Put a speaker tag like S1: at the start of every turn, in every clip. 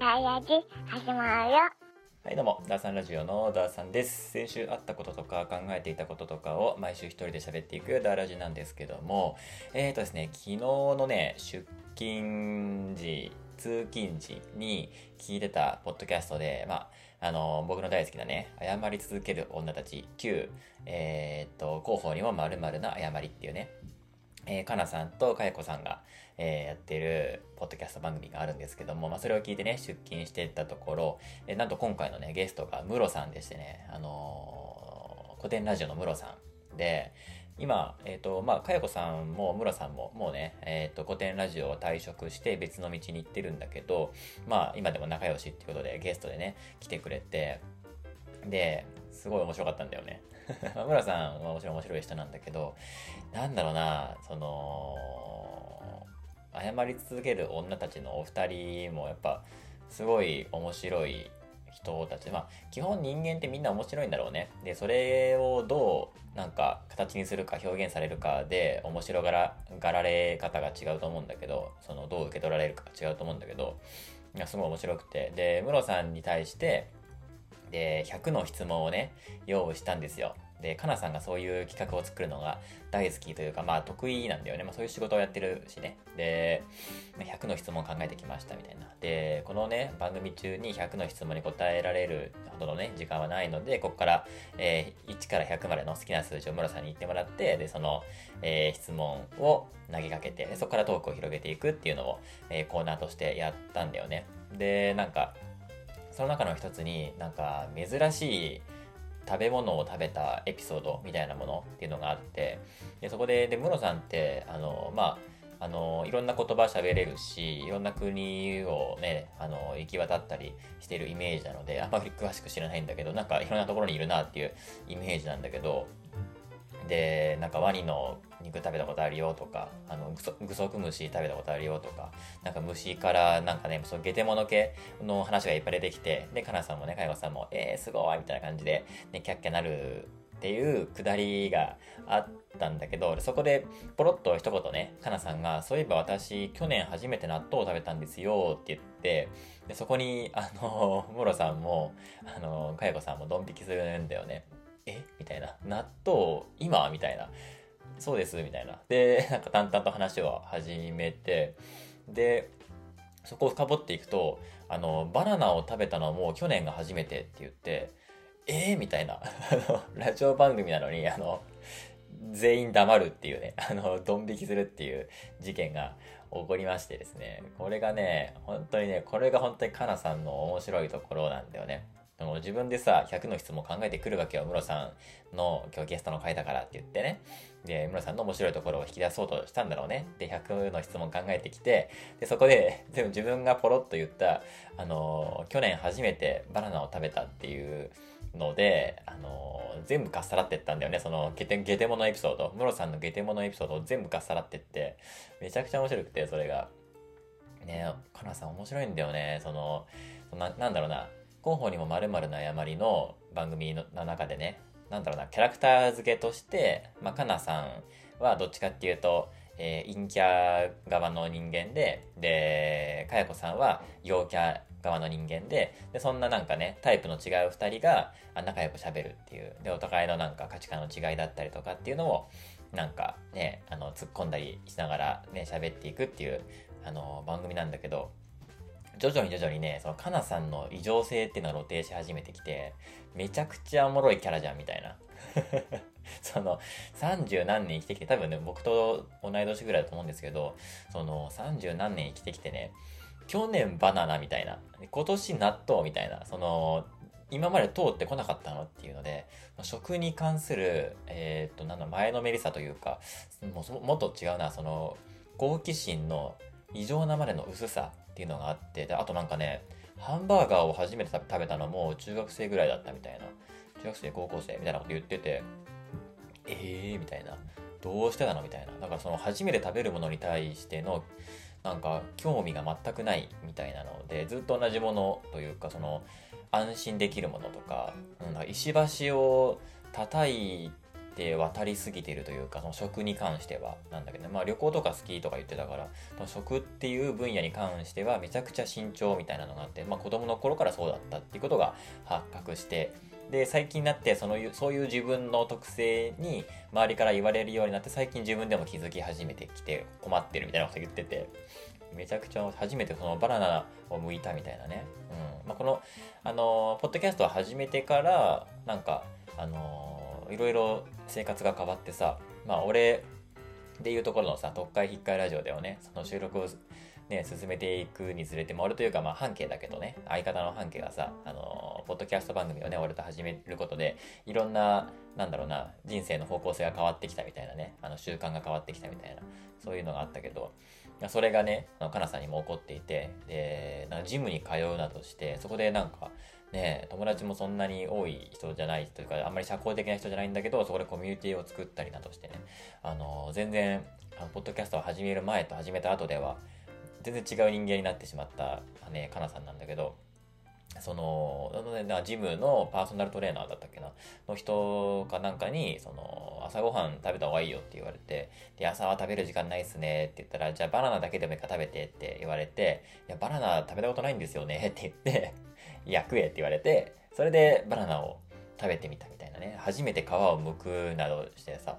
S1: ダイヤジ始まるよ。
S2: はいどうも、ダーさんラジオのダーさんです。先週あったこととか考えていたこととかを毎週一人で喋っていくダーラジなんですけども、ですね、昨日のね、出勤時、通勤時に聞いてたポッドキャストで、僕の大好きなね、謝り続ける女たち9、広報にも〇〇な謝りっていうね、かなさんとかやこさんが、やってるポッドキャスト番組があるんですけども、それを聞いてね、出勤していったところ、なんと今回のね、ゲストがムロさんでしてね、古典ラジオのムロさんで、今、かやこさんもムロさんももうね、古典ラジオを退職して別の道に行ってるんだけど、今でも仲良しっていうことでゲストでね、来てくれて、で、すごい面白かったんだよね。村さんはもちろん面白い人なんだけど、なんだろうな、謝り続ける女たちのお二人もやっぱ、すごい面白い人たち。基本人間ってみんな面白いんだろうね。で、それをどう、形にするか表現されるかで、面白がられ方が違うと思うんだけど、どう受け取られるかが違うと思うんだけど、いや、すごい面白くて。で、ムロさんに対して、で、100の質問をね、用意したんですよ。で、かなさんがそういう企画を作るのが大好きというか、得意なんだよね。そういう仕事をやってるしね。で、100の質問を考えてきましたみたいな。で、このね、番組中に100の質問に答えられるほどのね、時間はないので、ここから、1から100までの好きな数字をムロさんに言ってもらって、で、その、質問を投げかけて、そこからトークを広げていくっていうのを、コーナーとしてやったんだよね。で、その中の一つに珍しい食べ物を食べたエピソードみたいなものっていうのがあって、でそこでムロさんっていろんな言葉喋れるし、いろんな国をね行き渡ったりしているイメージなので、あんまり詳しく知らないんだけど、いろんなところにいるなっていうイメージなんだけど、でワニの肉食べたことあるよとか、グソクムシ食べたことあるよとか、虫からそうゲテモノ系の話がいっぱい出てきて、でかなさんもねかやこさんもすごいみたいな感じでねキャッキャなるっていうくだりがあったんだけど、そこでポロッと一言ね、かなさんがそういえば私去年初めて納豆を食べたんですよって言って、でそこにムロさんもかやこさんもドン引きするんだよね。みたいな。納豆、今みたいな。そうです、みたいな。で、淡々と話を始めて、で、そこを深掘っていくと、バナナを食べたのはもう去年が初めてって言って、みたいな。ラジオ番組なのに、全員黙るっていうね、ドン引きするっていう事件が起こりましてですね。これがね、本当にね、これが本当にかなさんの面白いところなんだよね。自分でさ、100の質問考えてくるわけよ。ムロさんの今日ゲストの回だからって言ってね。で、ムロさんの面白いところを引き出そうとしたんだろうね。で、100の質問考えてきて、で、そこで、全部自分がポロッと言った、去年初めてバナナを食べたっていうので、全部かっさらってったんだよね。そのゲテモノエピソード。ムロさんのゲテモノエピソードを全部かっさらってって、めちゃくちゃ面白くて、それが。ね、かなさん面白いんだよね。なんだろうな。広報にも〇〇の誤りの番組の中でね、キャラクター付けとして、かなさんはどっちかっていうと、陰キャ側の人間で、かやこさんは陽キャ側の人間で、そんなタイプの違う二人が仲良く喋るっていう、で、お互いの価値観の違いだったりとかっていうのを、突っ込んだりしながらね、喋っていくっていう、番組なんだけど、徐々にね、そのかなさんの異常性っていうのが露呈し始めてきて、めちゃくちゃおもろいキャラじゃんみたいな。30何年生きてきて、多分ね、僕と同い年ぐらいだと思うんですけど、30何年生きてきてね、去年バナナみたいな、今年納豆みたいな、今まで通ってこなかったのっていうので、食に関する、前のめりさというか、もっと違うな、好奇心の異常なまでの薄さっていうのがあって、であとハンバーガーを初めて食べたのも中学生ぐらいだったみたいな。中学生、高校生みたいなこと言ってて、みたいな。どうしてなのみたいな。だから初めて食べるものに対しての興味が全くないみたいなので、ずっと同じものというか、安心できるものとか、石橋を叩いで渡りすぎているというか、その食に関してはなんだけど、まあ旅行とか好きとか言ってたから、食っていう分野に関してはめちゃくちゃ慎重みたいなのがあって、まあ子供の頃からそうだったっていうことが発覚して、で最近になってそういう自分の特性に周りから言われるようになって、最近自分でも気づき始めてきて困ってるみたいなこと言ってて、めちゃくちゃ初めてそのバナナを剥いたみたいなね。まあ、このポッドキャストを始めてからなんかいろいろ生活が変わってさ、まあ俺でいうところのさ、特会引っかいラジオではね、その収録をね、進めていくにつれて、まあ、俺というか、まあ、半径だけどね、相方の半径がさ、ポッドキャスト番組をね、俺と始めることで、いろんな、なんだろうな、人生の方向性が変わってきたみたいなね、習慣が変わってきたみたいな、そういうのがあったけど、それがね、かなさんにも起こっていて、で、なんかジムに通うなどして、そこでなんか、ね、友達もそんなに多い人じゃないというか、あんまり社交的な人じゃないんだけど、そこでコミュニティを作ったりなどしてね、全然、ポッドキャストを始める前と始めた後では、全然違う人間になってしまったね、かなさんなんだけど、ジムのパーソナルトレーナーだったっけなの人かなんかに、朝ごはん食べた方がいいよって言われて、で、朝は食べる時間ないっすねって言ったら、じゃあバナナだけでもいいから食べてって言われて、いや、バナナ食べたことないんですよねって言って、いや、食えって言われて、それでバナナを食べてみたみたいなね。初めて皮を剥くなどしてさ、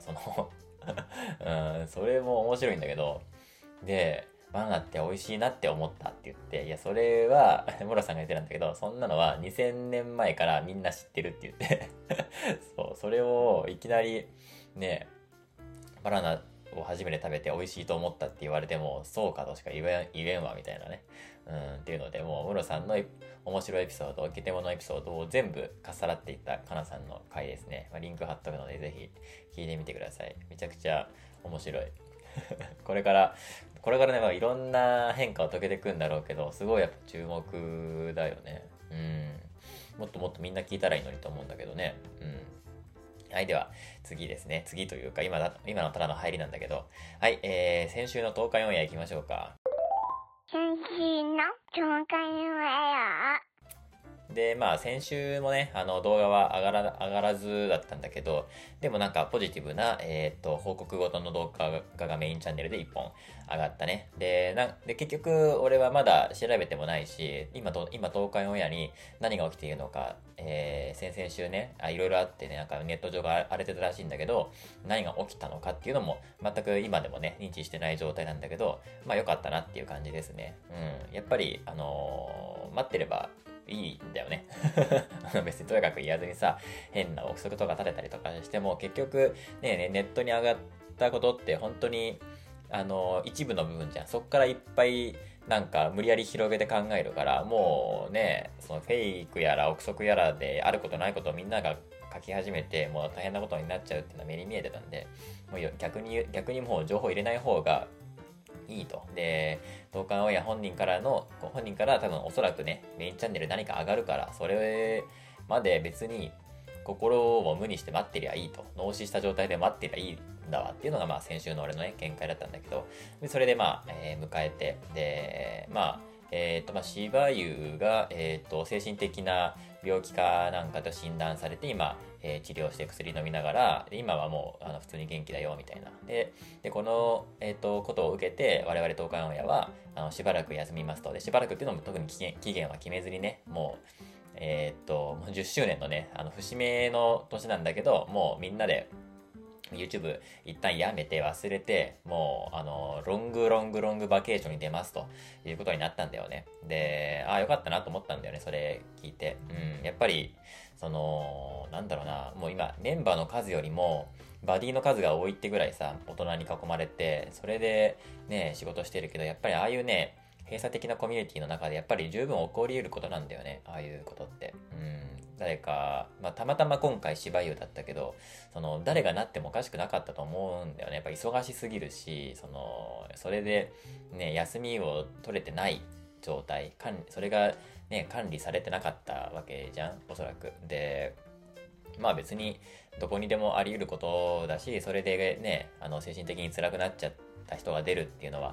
S2: それも面白いんだけど、で、バナナって美味しいなって思ったって言って、いや、それは、モラさんが言ってたんだけど、そんなのは2000年前からみんな知ってるって言ってそう、それをいきなり、ね、バナナを初めて食べて美味しいと思ったって言われても、そうかとしか言えんわ、みたいなね。っていうので、もう、ムロさんの面白いエピソード、ゲテモノエピソードを全部かっさらっていったかなさんの回ですね。リンク貼っとくので、ぜひ聞いてみてください。めちゃくちゃ面白い。これからね、まあ、いろんな変化を遂げていくんだろうけど、すごいやっぱ注目だよね。もっともっとみんな聞いたらいいのにと思うんだけどね。はい、では次ですね。次というか今のただの入りなんだけど、はい、先週の10日4夜行きましょうか。
S1: 先週の10日4夜。
S2: で、まあ先週もね、動画は上がらずだったんだけど、でもなんかポジティブな、報告ごとの動画がメインチャンネルで1本上がったね。で、結局俺はまだ調べてもないし、今東海オンエアに何が起きているのか、先々週ね、いろいろあってね、なんかネット上が荒れてたらしいんだけど、何が起きたのかっていうのも全く今でもね、認知してない状態なんだけど、まあ良かったなっていう感じですね。やっぱり、待ってれば、いいんだよね別にとにかく言わずにさ、変な憶測とか立てたりとかしても、結局ね、ネットに上がったことって本当に一部の部分じゃん。そっからいっぱいなんか無理やり広げて考えるから、もうね、そのフェイクやら憶測やらであることないことをみんなが書き始めて、もう大変なことになっちゃうっていうのは目に見えてたんで、もう逆にもう情報入れない方がいいと。で、東海オンエア本人から多分おそらくね、メインチャンネル何か上がるから、それまで別に心を無にして待ってりゃいいと。脳死した状態で待ってりゃいいんだわっていうのがまあ先週の俺のね、見解だったんだけど、でそれでまあ、迎えて、で、芝生が、精神的な病気かなんかと診断されて、今、治療して薬飲みながら、今はもう普通に元気だよみたいな。でこの、ことを受けて、我々東海オンエアはしばらく休みますと。で、しばらくっていうのも特に期限は決めずにね、もう、10周年のね、節目の年なんだけど、もうみんなで、YouTube 一旦やめて忘れて、もうロングバケーションに出ますということになったんだよね。で、よかったなと思ったんだよね、それ聞いて。やっぱり、なんだろうな、もう今メンバーの数よりもバディの数が多いってぐらいさ、大人に囲まれて、それでね、仕事してるけど、やっぱりああいうね、閉鎖的なコミュニティの中でやっぱり十分起こり得ることなんだよね、ああいうことって。誰か、たまたま今回芝生だったけど、誰がなってもおかしくなかったと思うんだよね。やっぱ忙しすぎるし、それでね、休みを取れてない状態、それがね、管理されてなかったわけじゃん、おそらく。で、まあ別にどこにでもあり得ることだし、それでね、精神的に辛くなっちゃった人が出るっていうのは、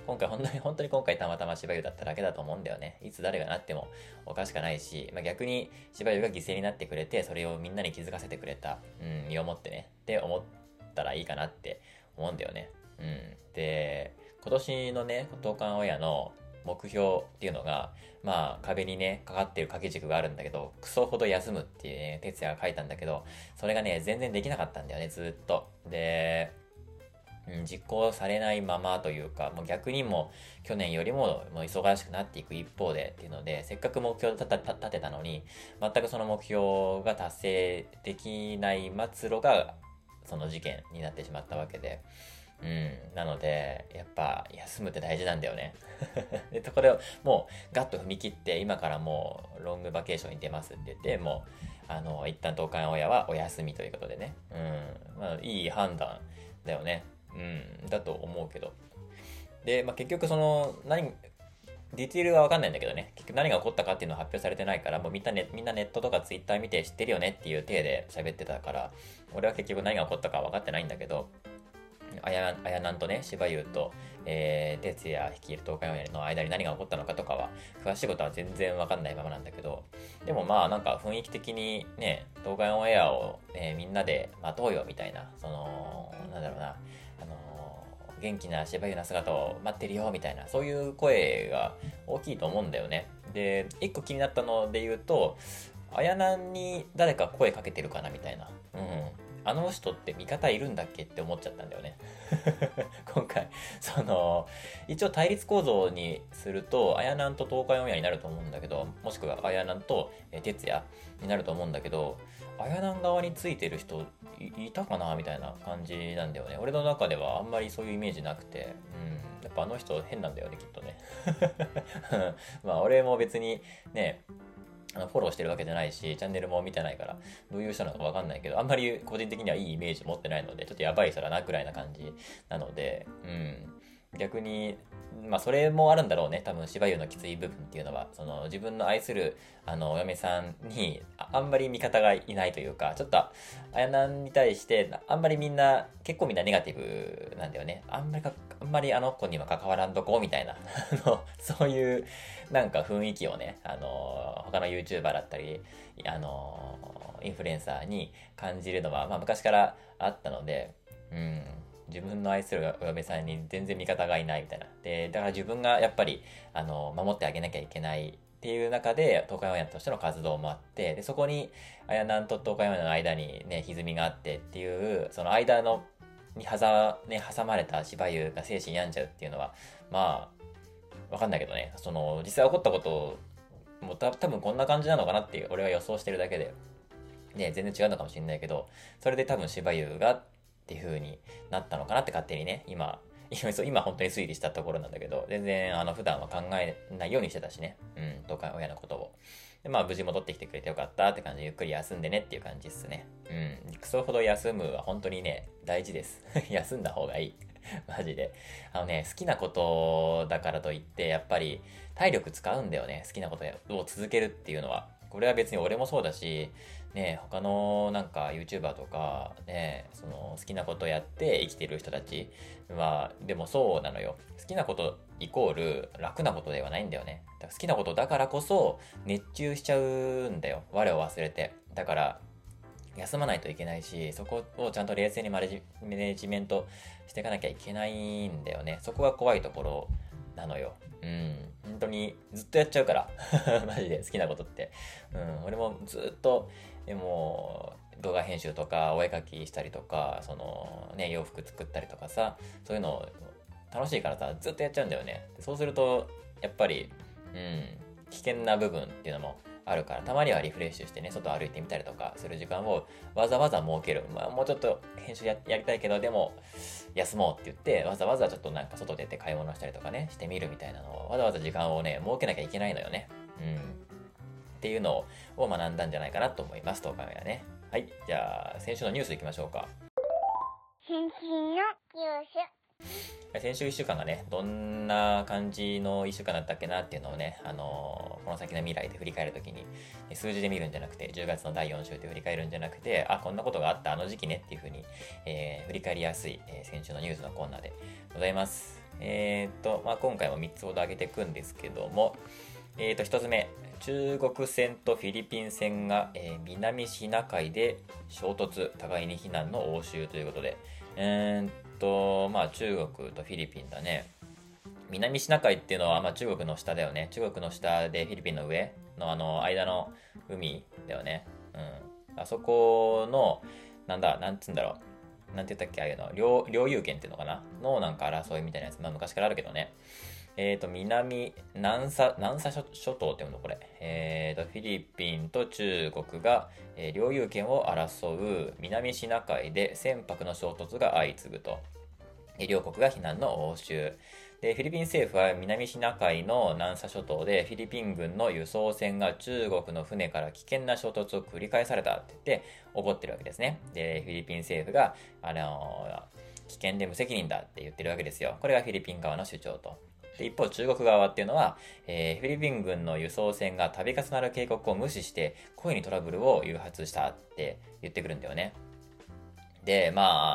S2: 今回本当に今回たまたま芝生だっただけだと思うんだよね。いつ誰がなってもおかしくないし、逆に芝生が犠牲になってくれて、それをみんなに気づかせてくれた、身をもってね、って思ったらいいかなって思うんだよね。で、今年のね、当館親の目標っていうのが、壁にね、かかってる掛け軸があるんだけど、クソほど休むっていうね、哲也が書いたんだけど、それがね、全然できなかったんだよね、ずっと。で、実行されないままというか、もう逆にも去年よりも忙しくなっていく一方でっていうので、せっかく目標を立てたのに、全くその目標が達成できない末路がその事件になってしまったわけで、なので、やっぱ休むって大事なんだよね。で、これをもうガッと踏み切って、今からもうロングバケーションに出ますって言って、もう一旦当館親はお休みということでね。いい判断だよね。だと思うけど。で、結局ディティールはわかんないんだけどね。結局何が起こったかっていうのは発表されてないから、もうみんなネットとかツイッター見て知ってるよねっていう体で喋ってたから、俺は結局何が起こったか分かってないんだけど、あやなんとね、芝生と、哲也率いる東海オンエアの間に何が起こったのかとかは、詳しいことは全然わかんないままなんだけど、でもなんか雰囲気的にね、東海オンエアを、みんなで待とうよみたいな、なんだろうな、元気な芝生な姿を待ってるよみたいな、そういう声が大きいと思うんだよね。で、一個気になったので言うと、あやなんに誰か声かけてるかなみたいな。あの人って味方いるんだっけって思っちゃったんだよね。今回、一応対立構造にすると、あやなんと東海オンエアになると思うんだけど、もしくはあやなんと哲也になると思うんだけど、あやなん側についてる人いたかなみたいな感じなんだよね。俺の中ではあんまりそういうイメージなくて、やっぱあの人変なんだよね、きっとね。俺も別にね、フォローしてるわけじゃないし、チャンネルも見てないから、どういう人なのかわかんないけど、あんまり個人的にはいいイメージ持ってないので、ちょっとやばい人だな、くらいな感じなので、逆に、それもあるんだろうね。多分、芝生のきつい部分っていうのは、自分の愛する、お嫁さんにあんまり味方がいないというか、ちょっと、あやなんに対して、結構みんなネガティブなんだよね。あんまりあの子には関わらんとこ、みたいな、そういう、なんか雰囲気をね、他の YouTuber だったり、インフルエンサーに感じるのは、昔からあったので、自分の愛するお嫁さんに全然味方がいないみたいな。で、だから自分がやっぱり、守ってあげなきゃいけないっていう中で、東海オンエアとしての活動もあって、で、そこに、あやなんと東海オンエアの間にね、歪みがあってっていう、その間に挟まれた芝生が精神病んじゃうっていうのは、わかんないけどね、実際起こったことも多分こんな感じなのかなっていう、俺は予想してるだけで、ね、全然違うのかもしれないけど、それで多分芝生がっていう風になったのかなって勝手にね、今本当に推理したところなんだけど、全然普段は考えないようにしてたしね、東海親のことを。で、無事戻ってきてくれてよかったって感じで、ゆっくり休んでねっていう感じっすね。クソほど休むは本当にね、大事です。休んだ方がいい。マジで。好きなことだからといって、やっぱり体力使うんだよね。好きなことを続けるっていうのは。これは別に俺もそうだし、ね、他のなんか YouTuber とか、ね、好きなことやって生きてる人たちは、でもそうなのよ。好きなことイコール楽なことではないんだよね。だから好きなことだからこそ熱中しちゃうんだよ。我を忘れて。だから、休まないといけないし、そこをちゃんと冷静にマネジメントしていかなきゃいけないんだよね。そこが怖いところなのよ。本当にずっとやっちゃうからマジで好きなことって。俺もずっと、もう動画編集とかお絵描きしたりとか、洋服作ったりとかさ、そういうの楽しいからさ、ずっとやっちゃうんだよね。そうすると、やっぱり、危険な部分っていうのもあるから、たまにはリフレッシュしてね、外歩いてみたりとかする時間をわざわざ設ける。もうちょっと編集やりたいけど、でも休もうって言って、わざわざちょっとなんか外出て買い物したりとかね、してみるみたいなのを、わざわざ時間をね、設けなきゃいけないのよね。っていうのを学んだんじゃないかなと思います、東海オンエアね。はい、じゃあ、先週のニュースいきましょうか。
S1: 先週のニュース。
S2: 先週1週間がね、どんな感じの1週間だったっけなっていうのをね、この先の未来で振り返るときに、数字で見るんじゃなくて、10月の第4週で振り返るんじゃなくて、こんなことがあったあの時期ねっていう風に、振り返りやすい、先週のニュースのコーナーでございます。 今回も3つほど挙げていくんですけども、1つ目、中国船とフィリピン船が、南シナ海で衝突、互いに非難の応酬ということで、中国とフィリピンだね。南シナ海っていうのは、中国の下だよね。中国の下でフィリピンの上の間の海だよね。あそこの、なんつうんだろう。なんて言ったっけ、ああいうの、領有権っていうのかなのなんか争いみたいなやつ。昔からあるけどね。南沙諸島っていうのこれ。フィリピンと中国が、領有権を争う南シナ海で船舶の衝突が相次ぐと。両国が非難の応酬。で、フィリピン政府は南シナ海の南沙諸島でフィリピン軍の輸送船が中国の船から危険な衝突を繰り返されたって言って怒ってるわけですね。で、フィリピン政府が、危険で無責任だって言ってるわけですよ。これがフィリピン側の主張と。で、一方中国側っていうのは、フィリピン軍の輸送船が度重なる警告を無視して故意にトラブルを誘発したって言ってくるんだよね。で、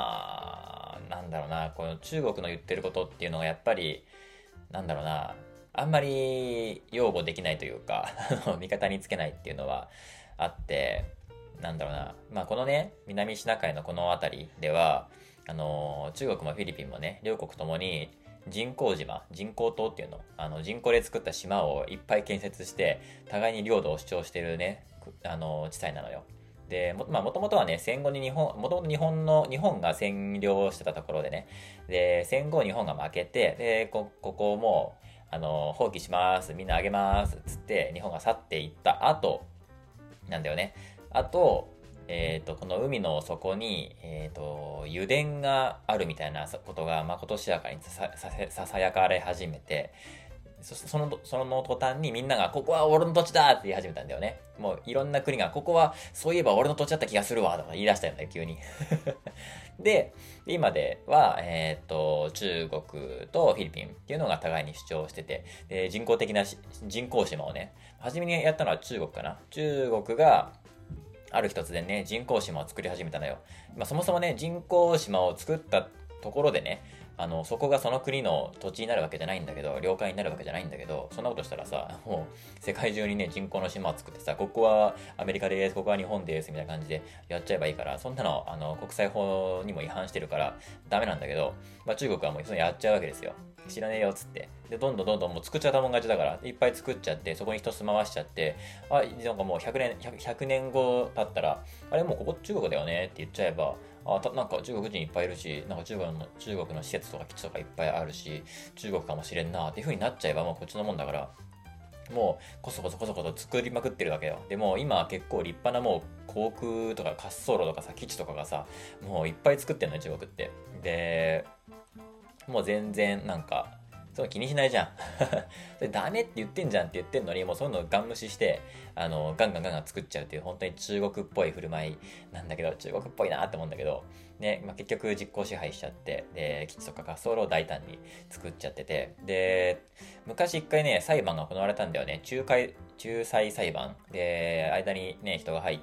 S2: この中国の言ってることっていうのがやっぱり、あんまり擁護できないというか、味方につけないっていうのはあって、このね、南シナ海のこの辺りでは、中国もフィリピンもね、両国ともに人工島、人工島っていうの、人工で作った島をいっぱい建設して、互いに領土を主張してるね、地帯なのよ。で、もともとはね、戦後に日本が占領してたところでね、で、戦後日本が負けて、で、ここをもう、放棄します、みんなあげます、つって、日本が去っていった後、なんだよね。あと、この海の底に、油田があるみたいなことが、まことしやかにささやかれ始めて、その途端にみんなが、ここは俺の土地だって言い始めたんだよね。もういろんな国が、ここはそういえば俺の土地だった気がするわとか言い出したんだよ、急に。で、今では、中国とフィリピンっていうのが互いに主張してて、人工島をね、初めにやったのは中国かな。中国が、ある日突然ね、人工島を作り始めたのよ。そもそもね、人工島を作ったところでね、そこがその国の土地になるわけじゃないんだけど、領海になるわけじゃないんだけど、そんなことしたらさ、もう世界中にね、人工の島を作ってさ、ここはアメリカです、ここは日本です、みたいな感じでやっちゃえばいいから、そんなの、国際法にも違反してるからダメなんだけど、中国はもうそれやっちゃうわけですよ。知らねえよっつって。で、どんどんもう作っちゃったもん勝ちだから、いっぱい作っちゃって、そこに人住まわしちゃって、なんかもう100年後経ったら、あれもうここ中国だよねって言っちゃえば、なんか中国人いっぱいいるし、なんか中国の施設とか基地とかいっぱいあるし、中国かもしれんなっていう風になっちゃえばもうこっちのもんだから、もうこそこそ作りまくってるわけよ。でも今は結構立派なもう航空とか滑走路とかさ、基地とかがさ、もういっぱい作ってんのよ、中国って。で、もう全然そう気にしないじゃん。それダメって言ってんじゃんって言ってんのに、もうそういうのガン無視して、ガンガン作っちゃうっていう、本当に中国っぽい振る舞いなんだけど、中国っぽいなって思うんだけど、ね、結局実効支配しちゃって、で、基地とか滑走路を大胆に作っちゃってて、で、昔一回ね、裁判が行われたんだよね。仲裁裁判。で、間にね、人が入って、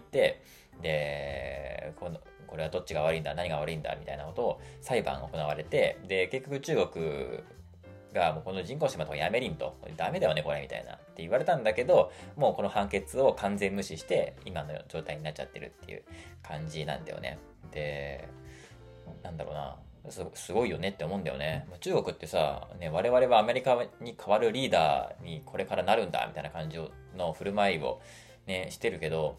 S2: で、これはどっちが悪いんだ、何が悪いんだ、みたいなことを裁判が行われて、で、結局中国がもうこの人工島とかやめりんと、ダメだよねこれみたいなって言われたんだけど、もうこの判決を完全無視して今の状態になっちゃってるっていう感じなんだよね。で、すごいよねって思うんだよね。中国ってさ、ね、我々はアメリカに代わるリーダーにこれからなるんだみたいな感じの振る舞いをね、してるけど、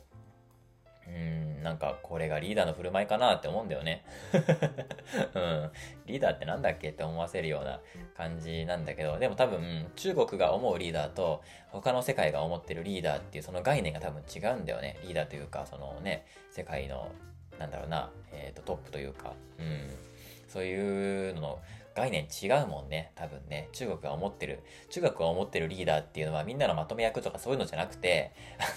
S2: これがリーダーの振る舞いかなって思うんだよね。うん。リーダーってなんだっけって思わせるような感じなんだけど、でも多分中国が思うリーダーと他の世界が思ってるリーダーっていうその概念が多分違うんだよね。リーダーというか、そのね、世界の、トップというか、そういうのの概念違うもんね、多分ね。中国が思ってるリーダーっていうのはみんなのまとめ役とかそういうのじゃなくて、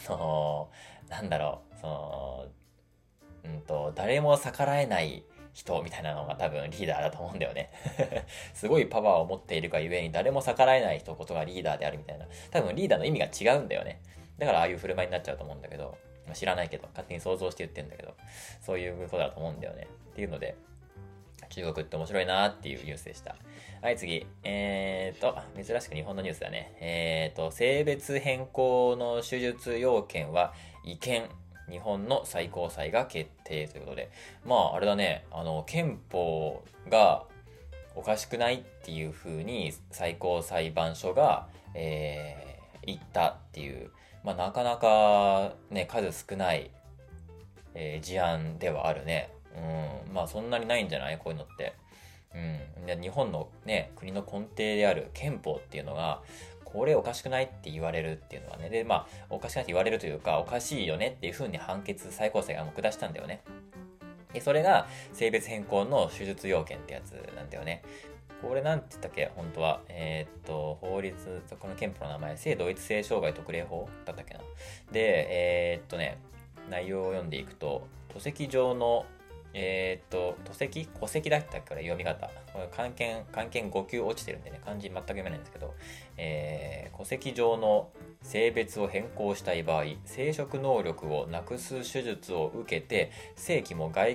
S2: 誰も逆らえない人みたいなのが多分リーダーだと思うんだよね。すごいパワーを持っているがゆえに誰も逆らえない人ことがリーダーであるみたいな。多分リーダーの意味が違うんだよね。だからああいう振る舞いになっちゃうと思うんだけど、知らないけど、勝手に想像して言ってんだけど、そういうことだと思うんだよね。っていうので、 中国って面白いなっていうニュースでした。はい、次。珍しく日本のニュースだね。性別変更の手術要件は違憲。日本の最高裁が決定ということで。まあ、あれだね。憲法がおかしくないっていう風に最高裁判所が、言ったっていう。まあ、なかなかね、数少ない、事案ではあるね。まあそんなにないんじゃないこういうのって。で日本のね、国の根底である憲法っていうのが、これおかしくないって言われるっていうのはね。で、まあ、おかしくないって言われるというか、おかしいよねっていう風に最高裁がもう下したんだよね。で、それが性別変更の手術要件ってやつなんだよね。これなんて言ったっけ本当は。法律、この憲法の名前、性同一性障害特例法だったっけな。で、内容を読んでいくと、戸籍上の、戸籍だったっけこれ読み方。これ漢検5級落ちてるんでね、漢字全く読めないんですけど、戸籍上の性別を変更したい場合、生殖能力をなくす手術を受けて、正規の外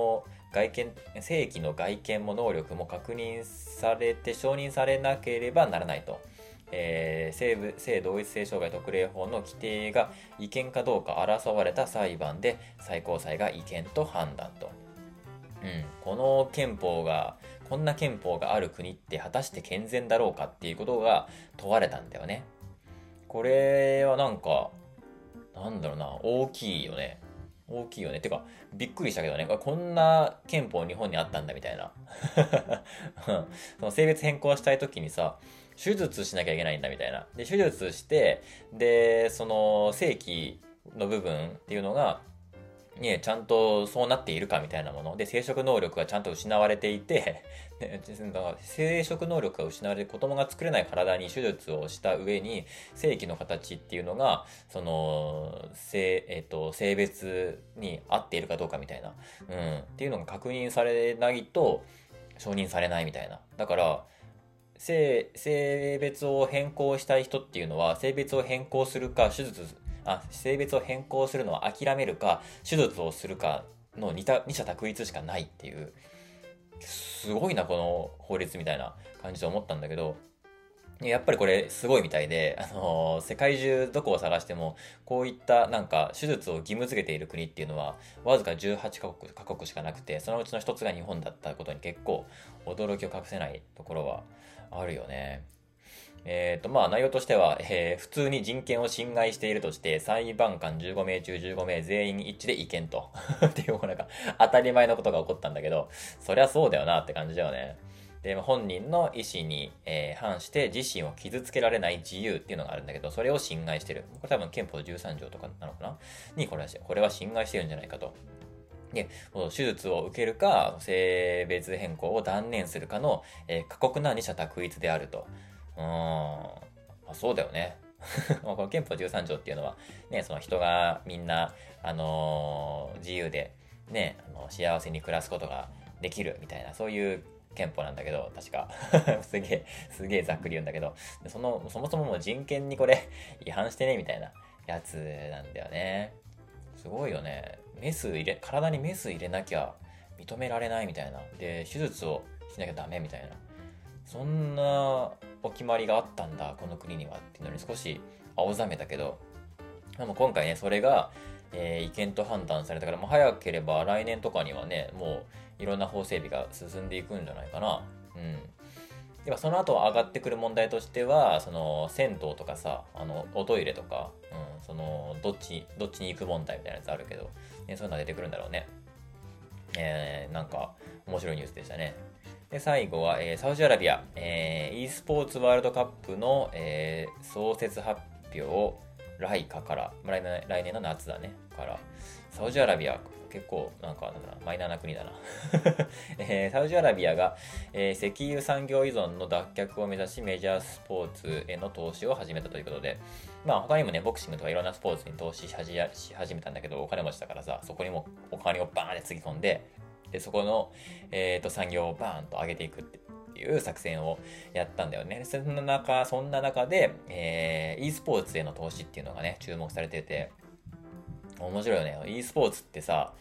S2: 見も能力も確認されて承認されなければならないと。性同一性障害特例法の規定が違憲かどうか争われた裁判で最高裁が違憲と判断と。このこんな憲法がある国って果たして健全だろうかっていうことが問われたんだよね。これはなんか、なんだろうな、大きいよね。大きいよね。てか、びっくりしたけどね、こんな憲法日本にあったんだみたいな。その性別変更したい時にさ、手術しなきゃいけないんだみたいな。で、手術して、で、その正規の部分っていうのが、ね、ちゃんとそうなっているかみたいなもので、生殖能力がちゃんと失われていて、生殖能力が失われて子供が作れない体に手術をした上に、正規の形っていうのが、その、性別に合っているかどうかみたいな、っていうのが確認されないと、承認されないみたいな。だから、性別を変更したい人っていうのは、性別を変更するか、性別を変更するのを諦めるか、手術をするかの二者択一しかないっていう、すごいな、この法律みたいな感じで思ったんだけど、やっぱりこれすごいみたいで、世界中どこを探しても、こういったなんか手術を義務付けている国っていうのは、わずか18カ国しかなくて、そのうちの一つが日本だったことに結構驚きを隠せないところはあるよね。まあ内容としては、普通に人権を侵害しているとして、裁判官15名中15名全員一致で違憲と。っていう、なんか当たり前のことが起こったんだけど、そりゃそうだよなって感じだよね。で、本人の意思に、反して自身を傷つけられない自由っていうのがあるんだけど、それを侵害してる。これ多分憲法13条とかなのかなにこれは侵害してるんじゃないかと。で、手術を受けるか、性別変更を断念するかの、過酷な二者択一であると。まあ、そうだよね。この憲法13条っていうのは、ね、その人がみんな、自由で、ね、幸せに暮らすことができるみたいな、そういう憲法なんだけど、確か。すげえざっくり言うんだけど、そもそももう人権にこれ違反してね、みたいなやつなんだよね。すごいよね。体にメス入れなきゃ認められないみたいな。で、手術をしなきゃダメみたいな。そんなお決まりがあったんだ、この国にはっていうのに少し青ざめたけど、でも今回ね、それが、違憲と判断されたから、もう早ければ来年とかにはね、もういろんな法整備が進んでいくんじゃないかな。ではその後上がってくる問題としては、その銭湯とかさ、おトイレとか、そのどっちに行く問題みたいなやつあるけど、ね、そういうのが出てくるんだろうね。なんか面白いニュースでしたね。で、最後は、サウジアラビア、e スポーツワールドカップの、創設発表、来年の夏だね。から、サウジアラビア、結構、マイナーな国だな。サウジアラビアが、石油産業依存の脱却を目指し、メジャースポーツへの投資を始めたということで、まあ他にもね、ボクシングとかいろんなスポーツに投資し始めたんだけど、お金持ちだからさ、そこにもお金をバーンってつぎ込んで、で、そこの、産業をバーンと上げていくっていう作戦をやったんだよね。そんな中で、e スポーツへの投資っていうのがね、注目されてて、面白いよね。e スポーツってさ、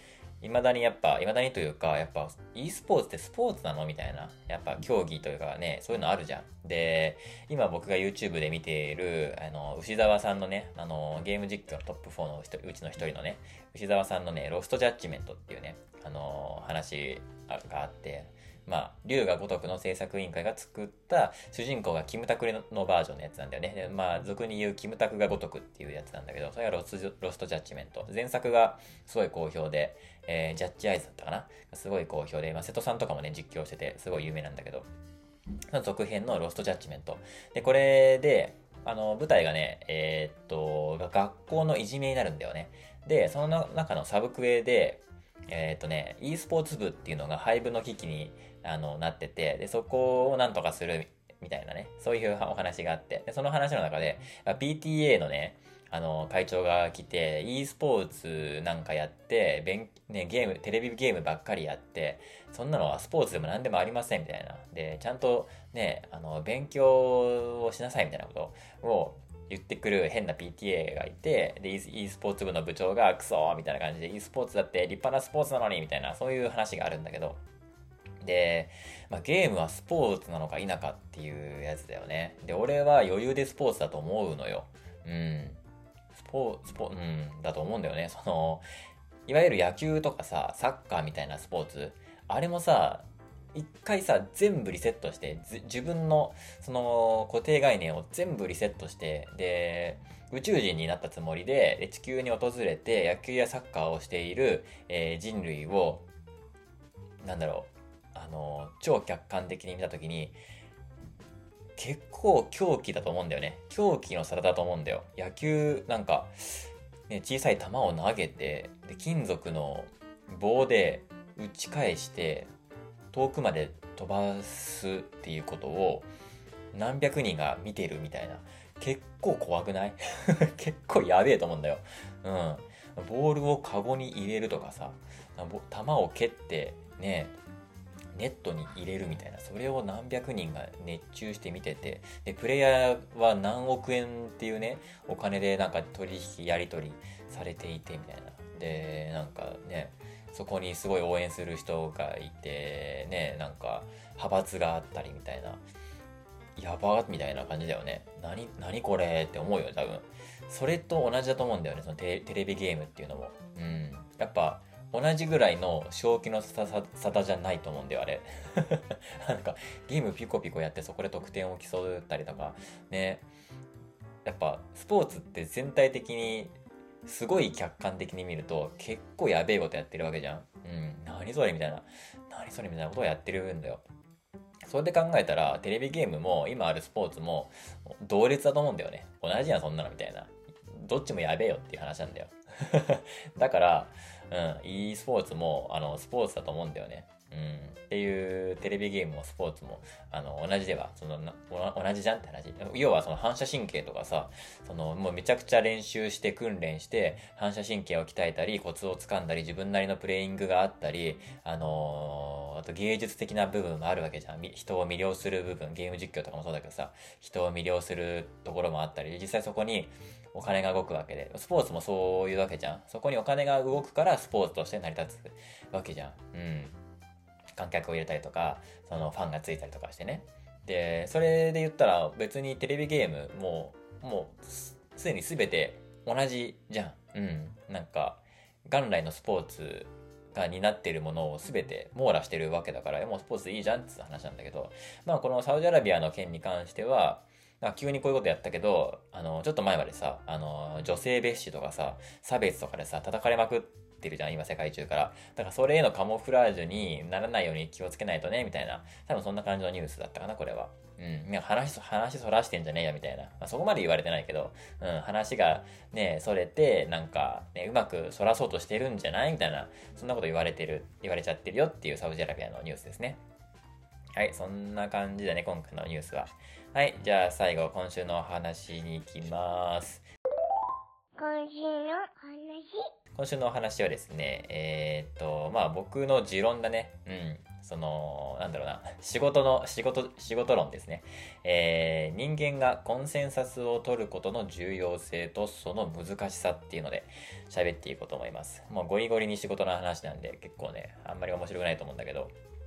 S2: 未だにというか、やっぱ e スポーツってスポーツなのみたいな。やっぱ競技というかね、そういうのあるじゃん。で、今僕が YouTube で見ている、牛沢さんのね、ゲーム実況のトップ4のうちの一人のね、牛沢さんのね、ロストジャッジメントっていうね、話があって、まあ、龍が如くの制作委員会が作った主人公がキムタクのバージョンのやつなんだよね。でまあ、俗に言うキムタクが如くっていうやつなんだけど、それがロストジャッジメント。前作がすごい好評で、ジャッジアイズだったかなすごい好評で、まあ、瀬戸さんとかもね、実況してて、すごい有名なんだけど、その続編のロストジャッジメント。で、これで、舞台がね、学校のいじめになるんだよね。で、その中のサブクエで、e スポーツ部っていうのが廃部の危機になってて、で、そこをなんとかするみたいなね、そういうお話があって、で、その話の中で、PTA のね、会長が来て、e スポーツなんかやって、テレビゲームばっかりやって、そんなのはスポーツでも何でもありませんみたいな。で、ちゃんとね、勉強をしなさいみたいなことを言ってくる変な PTA がいて、で、e スポーツ部の部長がクソーみたいな感じで、e スポーツだって立派なスポーツなのにみたいな、そういう話があるんだけど、で、まあ、ゲームはスポーツなのか否かっていうやつだよね。で、俺は余裕でスポーツだと思うのよ。うん。だと思うんだよね。いわゆる野球とかさ、サッカーみたいなスポーツ、あれもさ、一回さ、全部リセットして、自分の、固定概念を全部リセットして、で、宇宙人になったつもりで、地球に訪れて野球やサッカーをしている、人類を、なんだろう、超客観的に見たときに、結構狂気だと思うんだよね。狂気の差だと思うんだよ。野球なんか、ね、小さい球を投げて、で金属の棒で打ち返して遠くまで飛ばすっていうことを何百人が見てるみたいな。結構怖くない？結構やべえと思うんだよ。うん。ボールをカゴに入れるとかさ、球を蹴ってね、ネットに入れるみたいな、それを何百人が熱中して見てて、で、プレイヤーは何億円っていうね、お金でなんかやり取りされていてみたいな。で、なんかね、そこにすごい応援する人がいて、ね、なんか派閥があったりみたいな、やばーみたいな感じだよね。何これって思うよ、多分。それと同じだと思うんだよね、そのテレビゲームっていうのも。うん。やっぱ、同じぐらいの正気の差だじゃないと思うんだよ、あれ。なんか、ゲームピコピコやってそこで得点を競ったりとか、ね。やっぱ、スポーツって全体的に、すごい客観的に見ると、結構やべえことやってるわけじゃん。うん。何それみたいな。何それみたいなことをやってるんだよ。それで考えたら、テレビゲームも、今あるスポーツも、同列だと思うんだよね。同じやん、そんなのみたいな。どっちもやべえよっていう話なんだよ。だから、e スポーツも、スポーツだと思うんだよね。うん。っていう、テレビゲームもスポーツも、同じでは、同じじゃんって話。要は、その反射神経とかさ、もうめちゃくちゃ練習して訓練して、反射神経を鍛えたり、コツをつかんだり、自分なりのプレイングがあったり、あと芸術的な部分もあるわけじゃん。人を魅了する部分、ゲーム実況とかもそうだけどさ、人を魅了するところもあったり、実際そこにお金が動くわけで、スポーツもそういうわけじゃん。そこにお金が動くからスポーツとして成り立つわけじゃん。うん。観客を入れたりとか、そのファンがついたりとかしてね。で、それで言ったら別にテレビゲームもうすでに全て同じじゃん。うん。なんか、元来のスポーツが担っているものを全て網羅してるわけだから、もうスポーツでいいじゃんって話なんだけど、まあこのサウジアラビアの件に関しては、急にこういうことやったけど、ちょっと前までさ、女性蔑視とかさ、差別とかでさ、叩かれまくってるじゃん、今世界中から。だからそれへのカモフラージュにならないように気をつけないとね、みたいな。多分そんな感じのニュースだったかな、これは。うん。話そらしてんじゃねえよ、みたいな。まあ、そこまで言われてないけど、うん、話がね、それて、なんか、ね、うまくそらそうとしてるんじゃないみたいな、そんなこと言われちゃってるよっていうサウジアラビアのニュースですね。はい、そんな感じだね、今回のニュースは。はい、じゃあ最後、今週のお話に行きます。今週のお話はですね、まあ僕の持論だね。うん。 なんだろうな、仕事論ですね。人間がコンセンサスを取ることの重要性とその難しさっていうので喋っていこうと思います。もうゴリゴリに仕事の話なんで結構ね、あんまり面白くないと思うんだけど、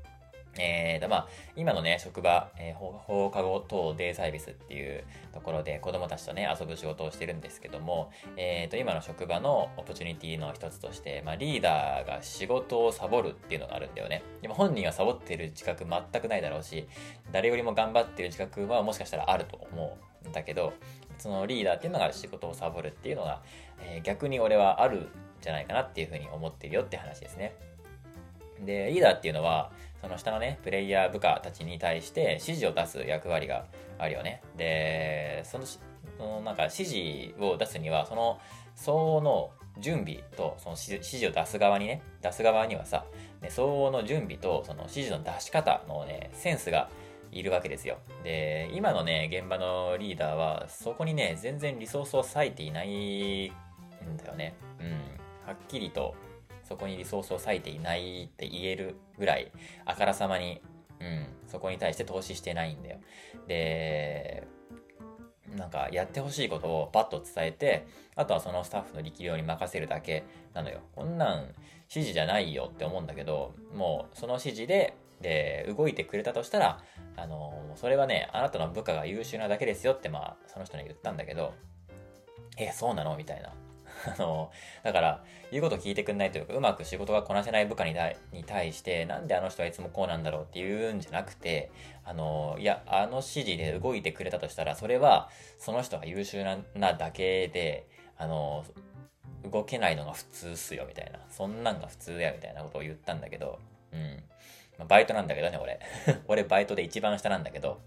S2: 今のね、職場、放課後等デイサービスっていうところで子供たちとね、遊ぶ仕事をしてるんですけども、今の職場のオポチュニティの一つとして、リーダーが仕事をサボるっていうのがあるんだよね。でも本人はサボっている自覚全くないだろうし、誰よりも頑張っている自覚はもしかしたらあると思うんだけど、そのリーダーっていうのが仕事をサボるっていうのが、逆に俺はあるんじゃないかなっていうふうに思ってるよって話ですね。で、リーダーっていうのは、その下のね、プレイヤー部下たちに対して指示を出す役割があるよね。で、なんか指示を出すには、その相応の準備と、その指示を出す側にはさ、相応の準備と、その指示の出し方のね、センスがいるわけですよ。で、今のね、現場のリーダーは、そこにね、全然リソースを割いていないんだよね。はっきりと、そこにリソースを割いていないって言えるぐらい、あからさまに、そこに対して投資してないんだよ。で、なんかやってほしいことをパッと伝えて、あとはそのスタッフの力量に任せるだけなのよ。こんなん指示じゃないよって思うんだけど、もうその指示で動いてくれたとしたら、それはね、あなたの部下が優秀なだけですよって、その人に言ったんだけど、そうなのみたいな。だから、言うこと聞いてくんないというか、うまく仕事がこなせない部下に対して、なんであの人はいつもこうなんだろうっていうんじゃなくて、いや、あの指示で動いてくれたとしたら、それは、その人が優秀なだけで、動けないのが普通っすよ、みたいな。そんなんが普通や、みたいなことを言ったんだけど、バイトなんだけどね、俺。俺バイトで一番下なんだけど、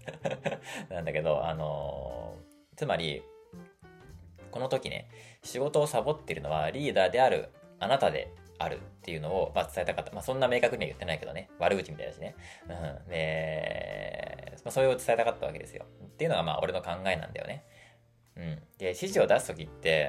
S2: つまり、この時ね、仕事をサボっているのはリーダーであるあなたであるっていうのを、伝えたかった。そんな明確には言ってないけどね。悪口みたいだしね。で、それを伝えたかったわけですよ。っていうのが俺の考えなんだよね。で、指示を出す時って、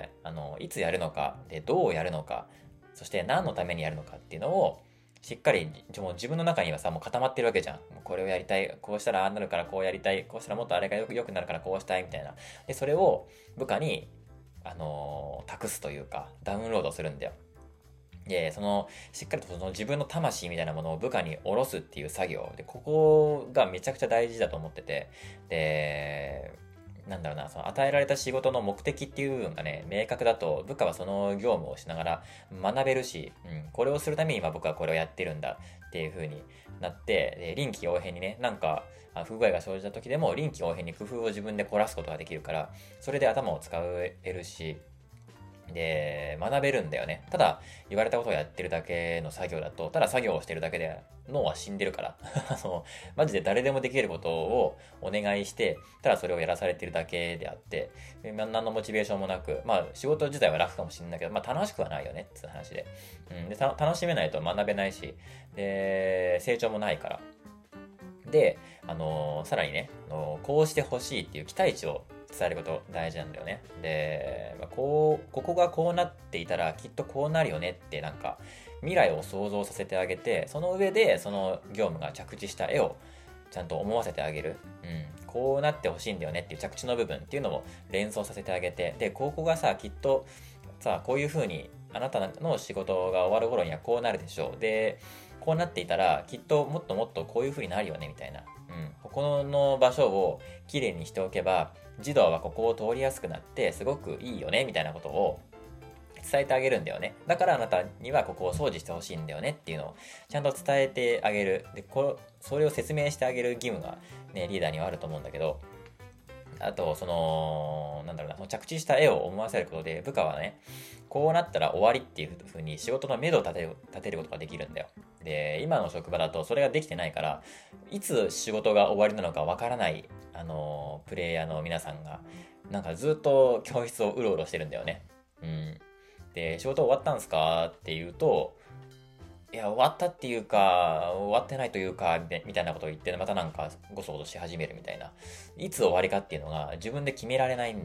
S2: いつやるのか、で、どうやるのか、そして何のためにやるのかっていうのを、しっかり、もう自分の中にはさ、もう固まってるわけじゃん。もうこれをやりたい。こうしたらああなるからこうやりたい。こうしたらもっとあれが良くなるからこうしたいみたいな。で、それを部下に託すというか、ダウンロードするんだよ。で、しっかりとその自分の魂みたいなものを部下に下ろすっていう作業。で、ここがめちゃくちゃ大事だと思ってて、で、なんだろうな、その与えられた仕事の目的っていう部分がね、明確だと、部下はその業務をしながら学べるし、これをするために今僕はこれをやってるんだっていう風になって、で臨機応変にね、なんか不具合が生じた時でも臨機応変に工夫を自分で凝らすことができるから、それで頭を使えるし、で、学べるんだよね。ただ、言われたことをやってるだけの作業だと、ただ作業をしてるだけで脳は死んでるから。マジで誰でもできることをお願いして、ただそれをやらされてるだけであって、何のモチベーションもなく、仕事自体は楽かもしれないけど、楽しくはないよねっていう話で。で楽しめないと学べないし、で、成長もないから。で、さらにね、こうしてほしいっていう期待値を伝えること大事なんだよね。で、ここがこうなっていたらきっとこうなるよねってなんか未来を想像させてあげて、その上でその業務が着地した絵をちゃんと思わせてあげる。こうなってほしいんだよねっていう着地の部分っていうのを連想させてあげて、で、ここがさ、きっとさ、こういう風にあなたの仕事が終わる頃にはこうなるでしょう。で、こうなっていたらきっともっともっとこういう風になるよねみたいな。ここの場所をきれいにしておけば、児童はここを通りやすくなってすごくいいよねみたいなことを伝えてあげるんだよね。だからあなたにはここを掃除してほしいんだよねっていうのをちゃんと伝えてあげる。で、それを説明してあげる義務がね、リーダーにはあると思うんだけど、あと、なんだろうな、その着地した絵を思わせることで、部下はね、こうなったら終わりっていう風に仕事の目処を立てることができるんだよ。で、今の職場だとそれができてないから、いつ仕事が終わりなのかわからない、プレイヤーの皆さんが、なんかずっと教室をうろうろしてるんだよね。で、仕事終わったんすかって言うと、いや、終わったっていうか、終わってないというか、みたいなことを言って、またなんかごそごそし始めるみたいな。いつ終わりかっていうのが自分で決められないんだよ。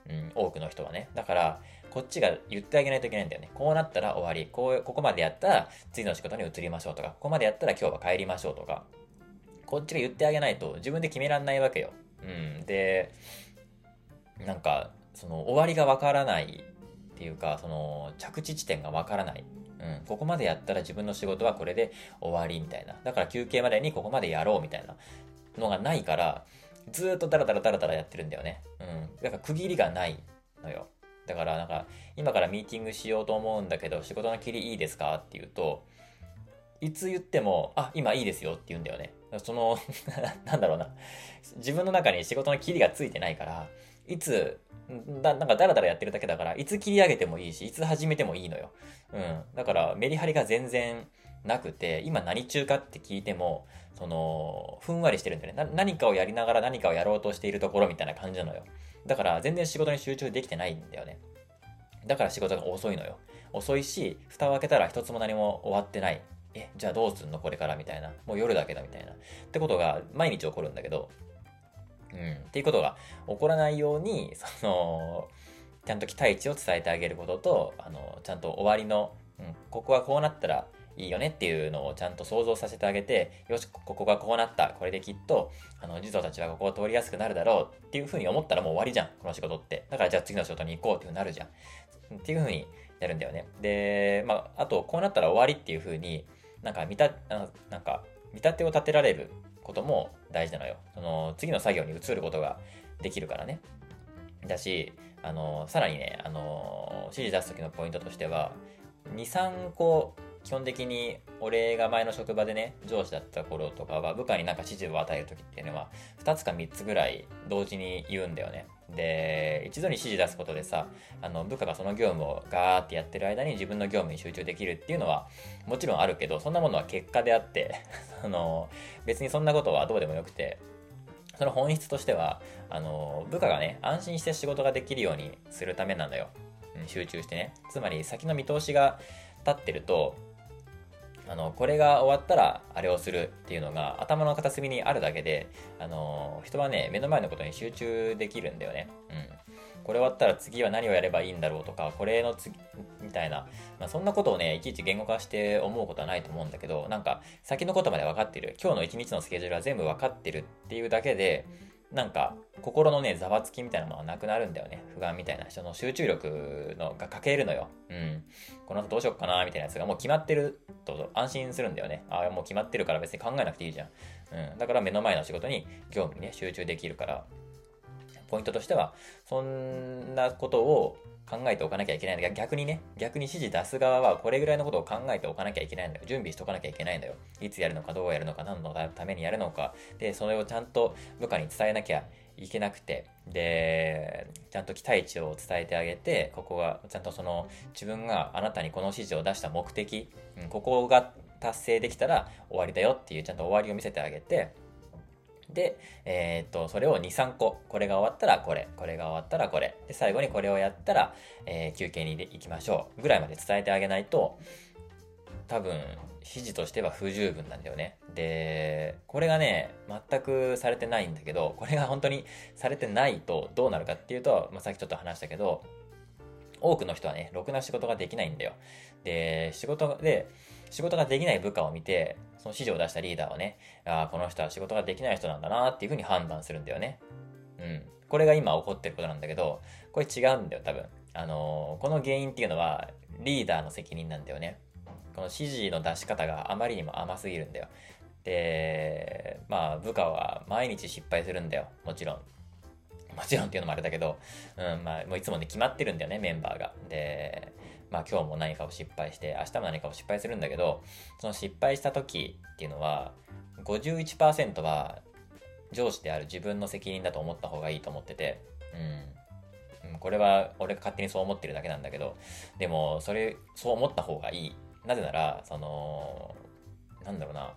S2: 多くの人はね。だから、こっちが言ってあげないといけないんだよね。こうなったら終わり。ここまでやったら次の仕事に移りましょうとか、ここまでやったら今日は帰りましょうとか、こっちが言ってあげないと自分で決めらんないわけよ。で、なんか、その終わりがわからないっていうか、その着地地点がわからない。ここまでやったら自分の仕事はこれで終わりみたいな。だから休憩までにここまでやろうみたいなのがないから、ずーっとダラダラダラダラやってるんだよね。だから区切りがないのよ。だからなんか、今からミーティングしようと思うんだけど、仕事の切りいいですかって言うと、いつ言っても、あ、今いいですよって言うんだよね。そのなんだろうな。自分の中に仕事の切りがついてないから、いつ、なんかダラダラやってるだけだから、いつ切り上げてもいいし、いつ始めてもいいのよ。だからメリハリが全然なくて、今何中かって聞いても、その、ふんわりしてるんだよね。何かをやりながら何かをやろうとしているところみたいな感じなのよ。だから全然仕事に集中できてないんだよね。だから仕事が遅いのよ。遅いし、蓋を開けたら一つも何も終わってない。じゃあどうすんのこれからみたいな。もう夜だけだみたいな。ってことが毎日起こるんだけど、っていうことが起こらないように、その、ちゃんと期待値を伝えてあげることと、ちゃんと終わりの、ここはこうなったらいいよねっていうのをちゃんと想像させてあげて、よし、ここがこうなった。これできっと、児童たちはここを通りやすくなるだろうっていうふうに思ったらもう終わりじゃん。この仕事って。だからじゃあ次の仕事に行こうっていうふうになるじゃん。っていうふうにやるんだよね。で、あと、こうなったら終わりっていうふうに、なんか見立てを立てられることも大事なのよ。その、次の作業に移ることができるからね。だし、さらにね、指示出す時のポイントとしては、2、3個、基本的に俺が前の職場でね、上司だった頃とかは部下になんか指示を与える時っていうのは、2つか3つぐらい同時に言うんだよね。で、一度に指示出すことでさ、部下がその業務をガーってやってる間に自分の業務に集中できるっていうのはもちろんあるけど、そんなものは結果であって別にそんなことはどうでもよくて、その本質としては、部下がね、安心して仕事ができるようにするためなんだよ。集中してね。つまり、先の見通しが立ってると、これが終わったらあれをするっていうのが頭の片隅にあるだけで、人はね、目の前のことに集中できるんだよね。これ終わったら次は何をやればいいんだろうとか、これの次、みたいな、そんなことをね、いちいち言語化して思うことはないと思うんだけど、なんか、先のことまで分かってる。今日の一日のスケジュールは全部分かってるっていうだけで、なんか、心のね、ざわつきみたいなのはなくなるんだよね。不安みたいな人の集中力が欠けるのよ。この後どうしよっかな、みたいなやつがもう決まってると安心するんだよね。もう決まってるから別に考えなくていいじゃん。だから目の前の仕事に、業務にね、集中できるから、ポイントとしては、そんなことを考えておかなきゃいけないんだ。逆に指示出す側はこれぐらいのことを考えておかなきゃいけないんだよ。準備しとかなきゃいけないんだよ。いつやるのか、どうやるのか、何のためにやるのか。で、それをちゃんと部下に伝えなきゃいけなくて、で、ちゃんと期待値を伝えてあげて、ここが、ちゃんとその、自分があなたにこの指示を出した目的、ここが達成できたら終わりだよっていう、ちゃんと終わりを見せてあげて、で、それを2、3個。これが終わったらこれ。これが終わったらこれ。で、最後にこれをやったら、休憩に行きましょう。ぐらいまで伝えてあげないと、多分、指示としては不十分なんだよね。で、これがね、全くされてないんだけど、これが本当にされてないとどうなるかっていうと、さっきちょっと話したけど、多くの人はね、ろくな仕事ができないんだよ。で、仕事ができない部下を見て、その指示を出したリーダーはね、この人は仕事ができない人なんだなっていうふうに判断するんだよね。これが今起こってることなんだけど、これ違うんだよ、多分。この原因っていうのは、リーダーの責任なんだよね。この指示の出し方があまりにも甘すぎるんだよ。で、部下は毎日失敗するんだよ。もちろん。もちろんっていうのもあれだけど、もういつもね、決まってるんだよね、メンバーが。で、今日も何かを失敗して、明日も何かを失敗するんだけど、その失敗した時っていうのは、51% は上司である自分の責任だと思った方がいいと思ってて、これは俺が勝手にそう思ってるだけなんだけど、でも、そう思った方がいい。なぜなら、なんだろうな、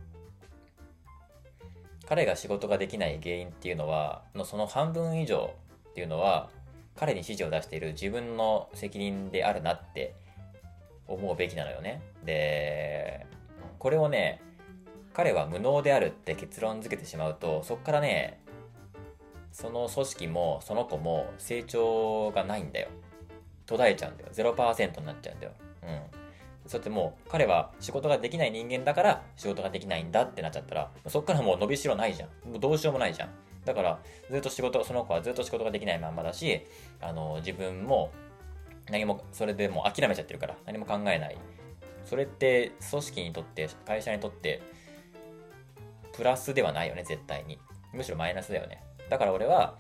S2: 彼が仕事ができない原因っていうのは、その半分以上っていうのは、彼に指示を出している自分の責任であるなって思うべきなのよね。で、これをね、彼は無能であるって結論付けてしまうと、そっからね、 その組織もその子も成長がないんだよ。途絶えちゃうんだよ。0% になっちゃうんだよ。そうやってもう彼は仕事ができない人間だから仕事ができないんだってなっちゃったら、そっからもう伸びしろないじゃん。もうどうしようもないじゃん。だからずっとその子はずっと仕事ができないまんまだし、自分も何もそれでもう諦めちゃってるから何も考えない。それって組織にとって会社にとってプラスではないよね、絶対に。むしろマイナスだよね。だから俺は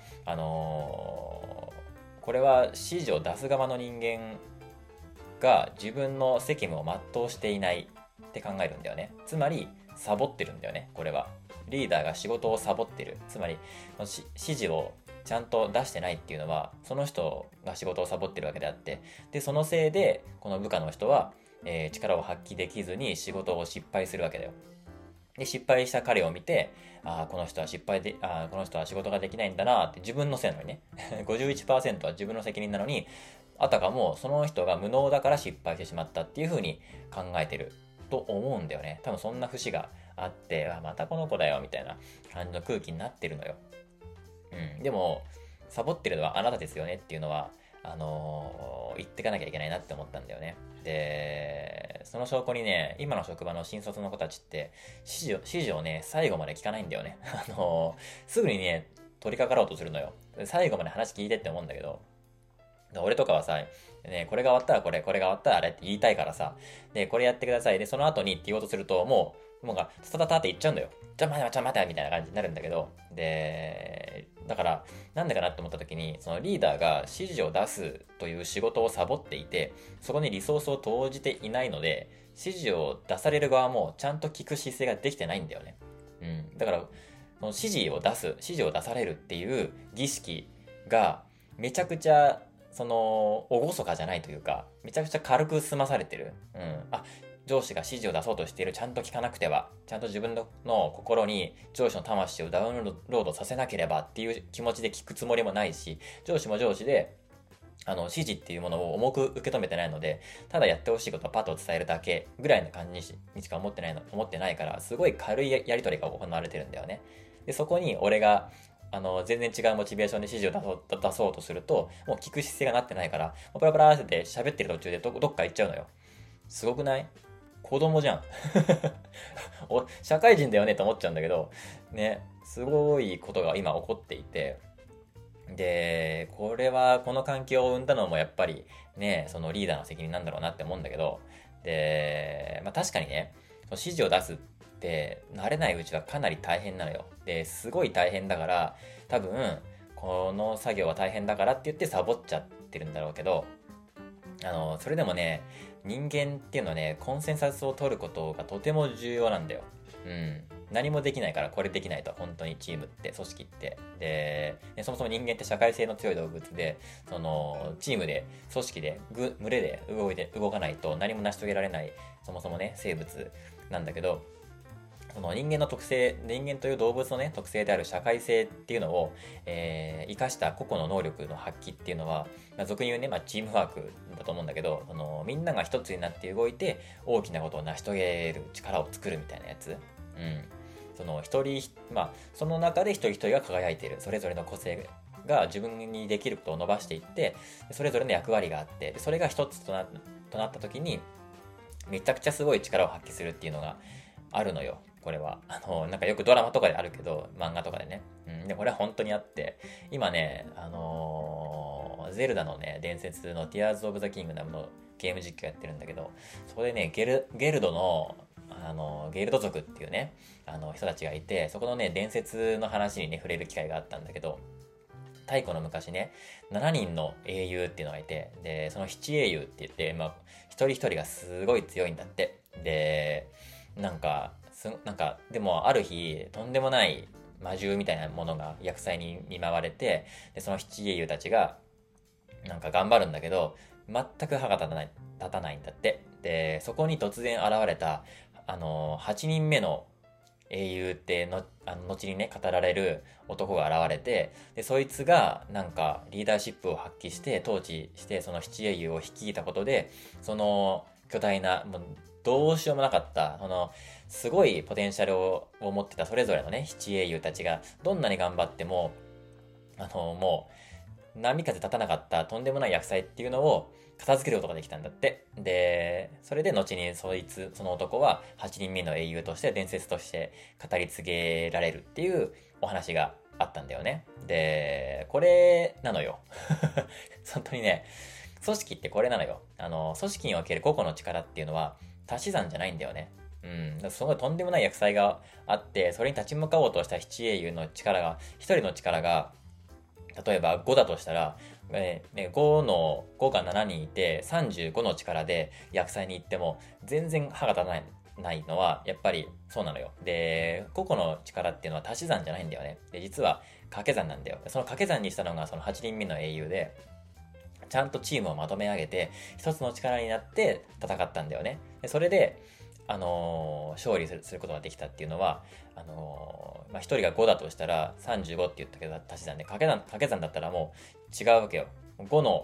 S2: これは指示を出す側の人間が自分の責務を全うしていないって考えるんだよね。つまりサボってるんだよね、これは。リーダーが仕事をサボってる。つまり指示をちゃんと出してないっていうのはその人が仕事をサボってるわけであって、でそのせいでこの部下の人は、力を発揮できずに仕事を失敗するわけだよ。で失敗した彼を見て、この人はこの人は仕事ができないんだなって自分のせいなのにね51% は自分の責任なのに、あたかもその人が無能だから失敗してしまったっていう風に考えてると思うんだよね。多分そんな節があって、またこの子だよみたいな感じの空気になってるのよ。でもサボってるのはあなたですよねっていうのは言ってかなきゃいけないなって思ったんだよね。でその証拠にね、今の職場の新卒の子たちって指示をね最後まで聞かないんだよね。すぐにね取り掛かろうとするのよ。最後まで話聞いてって思うんだけど、俺とかはさ、ね、これが終わったらこれが終わったらあれって言いたいからさ、で、これやってください。で、その後にって言おうとすると、もうタタタタって言っちゃうんだよ。じゃあ待てみたいな感じになるんだけど、で、だから、なんでかなって思った時に、そのリーダーが指示を出すという仕事をサボっていて、そこにリソースを投じていないので、指示を出される側もちゃんと聞く姿勢ができてないんだよね。だから、その指示を出されるっていう儀式がめちゃくちゃ厳かじゃないというか、めちゃくちゃ軽く済まされてる。上司が指示を出そうとしている、ちゃんと聞かなくては、ちゃんと自分の心に上司の魂をダウンロードさせなければっていう気持ちで聞くつもりもないし、上司も上司で、指示っていうものを重く受け止めてないので、ただやってほしいことをパッと伝えるだけぐらいの感じにしか思ってないから、すごい軽いやり取りが行われてるんだよね。で、そこに俺が、全然違うモチベーションで指示を出そうとすると、もう聞く姿勢がなってないから、パラパラって喋ってる途中でどっか行っちゃうのよ。すごくない？子供じゃん。社会人だよねと思っちゃうんだけど、ね、すごいことが今起こっていて、で、この環境を生んだのもやっぱりね、そのリーダーの責任なんだろうなって思うんだけど、で、確かにね、その指示を出すって慣れないうちはかなり大変なのよ。で、すごい大変だから、多分、この作業は大変だからって言ってサボっちゃってるんだろうけど、それでもね、人間っていうのはね、コンセンサスを取ることがとても重要なんだよ。何もできないからこれできないと、本当にチームって、組織って。で、そもそも人間って社会性の強い動物で、チームで、組織で、群れで動かないと何も成し遂げられない、そもそもね、生物なんだけど、その人間という動物のね、特性である社会性っていうのを、生かした個々の能力の発揮っていうのは、俗に言うね、チームワークだと思うんだけど、みんなが一つになって動いて、大きなことを成し遂げる力を作るみたいなやつ。その中で一人一人が輝いている、それぞれの個性が自分にできることを伸ばしていって、それぞれの役割があって、それが一つとなった時に、めちゃくちゃすごい力を発揮するっていうのがあるのよ。これは。なんかよくドラマとかであるけど、漫画とかでね。で、これは本当にあって、今ね、ゼルダのね、伝説の Tears of the Kingdom のゲーム実況やってるんだけど、そこでね、ゲルドの、ゲルド族っていうね、人たちがいて、そこのね、伝説の話にね、触れる機会があったんだけど、太古の昔ね、7人の英雄っていうのがいて、で、その七英雄って言って、一人一人がすごい強いんだって。で、でもある日、とんでもない魔獣みたいなものが厄災に見舞われて、で、その七英雄たちが、頑張るんだけど、全く歯が立たないんだって。で、そこに突然現れた、8人目の英雄って後にね、語られる男が現れて、で、そいつが、リーダーシップを発揮して、統治して、その七英雄を率いたことで、その巨大な、もう、どうしようもなかった、すごいポテンシャルを持ってたそれぞれのね、七英雄たちが、どんなに頑張っても、 もう波風立たなかったとんでもない厄災っていうのを片付けることができたんだって。で、それで後にその男は8人目の英雄として伝説として語り継げられるっていうお話があったんだよね。で、これなのよ。本当にね、組織ってこれなのよ。組織における個々の力っていうのは足し算じゃないんだよね。うん。だからすごいとんでもない厄災があって、それに立ち向かおうとした七英雄の力が、一人の力が、例えば5だとしたら、5が7人いて35の力で厄災に行っても全然歯が立たないのはやっぱりそうなのよ。で、個々の力っていうのは足し算じゃないんだよね。で、実は掛け算なんだよ。その掛け算にしたのがその8人目の英雄で、ちゃんとチームをまとめ上げて一つの力になって戦ったんだよね。でそれで勝利することができたっていうのは、1人が5だとしたら35って言ったけど足し算で掛け算だったらもう違うわけよ。5の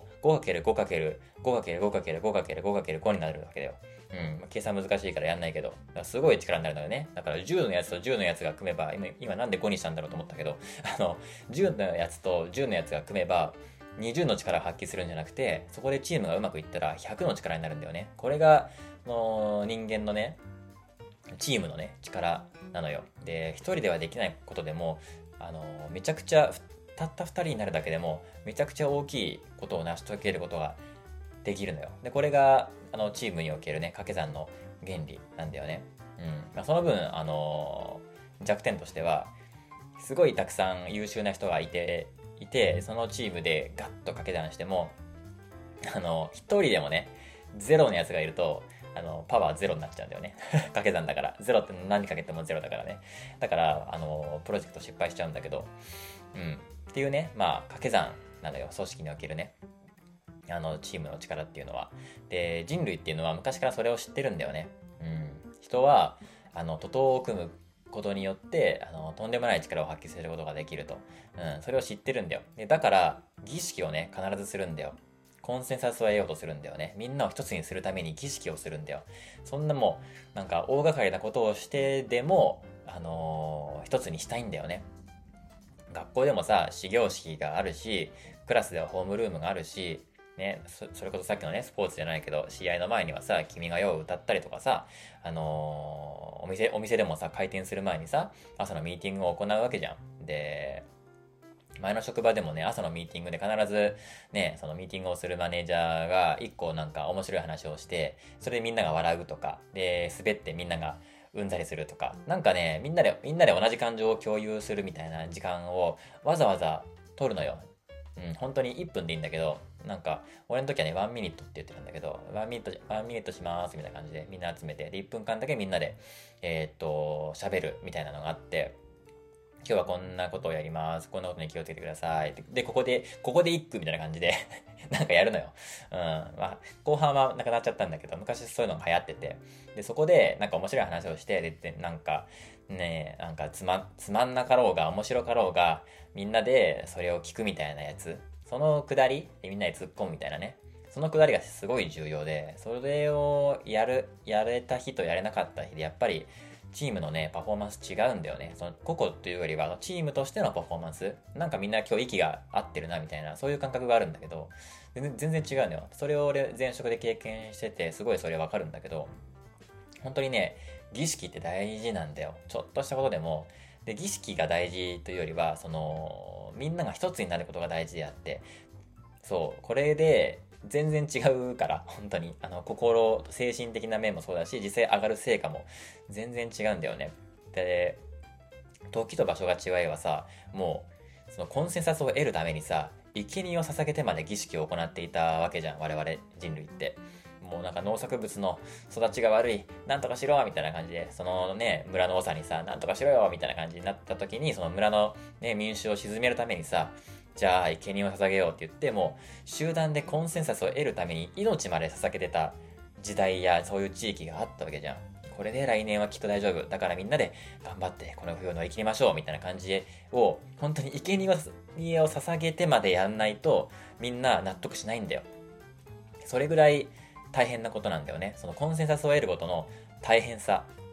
S2: 5×5×5×5×5×5×5 になるわけだよ。うん。計算難しいからやんないけど。すごい力になるんだよね。だから10のやつと10のやつが組めば、今なんで5にしたんだろうと思ったけど、10のやつと10のやつが組めば、20の力を発揮するんじゃなくて、そこでチームがうまくいったら100の力になるんだよね。これが、人間のね、チームのね、力なのよ。で、一人ではできないことでも、めちゃくちゃ、たった2人になるだけでも、めちゃくちゃ大きいことを成し遂げることができるのよ。で、これが、チームにおけるね、掛け算の原理なんだよね。うん。まあ、その分、弱点としては、すごいたくさん優秀な人がいて、そのチームでガッと掛け算しても、一人でもね、ゼロのやつがいると、パワーゼロになっちゃうんだよね。掛け算だから。ゼロって何かけてもゼロだからね。だから、プロジェクト失敗しちゃうんだけど、うん。っていうね、まあ、掛け算なのよ。組織におけるね。チームの力っていうのは。で、人類っていうのは昔からそれを知ってるんだよね。うん。人は、徒党を組むことによって、とんでもない力を発揮することができると。うん。それを知ってるんだよ。で、だから、儀式をね、必ずするんだよ。コンセンサスを得ようとするんだよね。みんなを一つにするために儀式をするんだよ。そんなもう、なんか大掛かりなことをしてでも、一つにしたいんだよね。学校でもさ、始業式があるし、クラスではホームルームがあるし、ね、それこそさっきのね、スポーツじゃないけど、試合の前にはさ、君が代を歌ったりとかさ、お店でもさ、開店する前にさ、朝のミーティングを行うわけじゃん。で、前の職場でもね、朝のミーティングで必ずね、そのミーティングをするマネージャーが一個なんか面白い話をして、それでみんなが笑うとか、で、滑ってみんながうんざりするとか、なんかね、みんなで同じ感情を共有するみたいな時間をわざわざ取るのよ。うん、本当に1分でいいんだけど、なんか、俺の時はね、1ミニットって言ってたんだけど、1ミニットしますみたいな感じでみんな集めて、で、1分間だけみんなで、喋るみたいなのがあって、今日はこんなことをやります。こんなことに気をつけてください。で、ここで一句みたいな感じでなんかやるのよ。うん。まあ、後半はなくなっちゃったんだけど、昔そういうのが流行ってて。で、そこで、なんか面白い話をして、で、なんか、ねなんかつまんなかろうが、面白かろうが、みんなでそれを聞くみたいなやつ。そのくだり、みんなで突っ込むみたいなね。そのくだりがすごい重要で、それをやれた日とやれなかった日で、やっぱり、チームのね、パフォーマンス違うんだよね。その個々というよりは、チームとしてのパフォーマンス。なんかみんな今日息が合ってるな、みたいな、そういう感覚があるんだけど、全然違うんだよ。それを俺、前職で経験してて、すごいそれわかるんだけど、本当にね、儀式って大事なんだよ。ちょっとしたことでも。で、儀式が大事というよりは、みんなが一つになることが大事であって、そう、これで、全然違うから、本当に。精神的な面もそうだし、実際上がる成果も全然違うんだよね。で、時と場所が違えばさ、もう、そのコンセンサスを得るためにさ、生贄を捧げてまで儀式を行っていたわけじゃん、我々人類って。もうなんか農作物の育ちが悪い、なんとかしろみたいな感じで、そのね、村の長にさ、なんとかしろよみたいな感じになった時に、その村のね、民衆を鎮めるためにさ、じゃあ、生贄を捧げようって言って、もう集団でコンセンサスを得るために命まで捧げてた時代やそういう地域があったわけじゃん。これで来年はきっと大丈夫。だからみんなで頑張ってこの冬を乗り切りましょうみたいな感じを、本当に生贄を捧げてまでやんないとみんな納得しないんだよ。それぐらい大変なことなんだよね。そのコンセンサスを得ることの大変さ。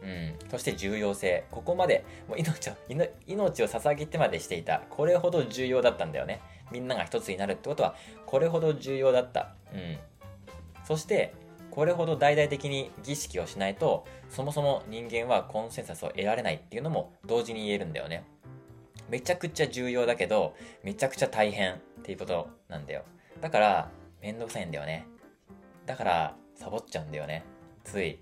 S2: そして重要性。ここまでもう命を捧げてまでしていた。これほど重要だったんだよね。みんなが一つになるってことはこれほど重要だった。そしてこれほど大々的に儀式をしないとそもそも人間はコンセンサスを得られないっていうのも同時に言えるんだよね。めちゃくちゃ重要だけどめちゃくちゃ大変っていうことなんだよ。だからめんどくさいんだよね。だからサボっちゃうんだよね。つい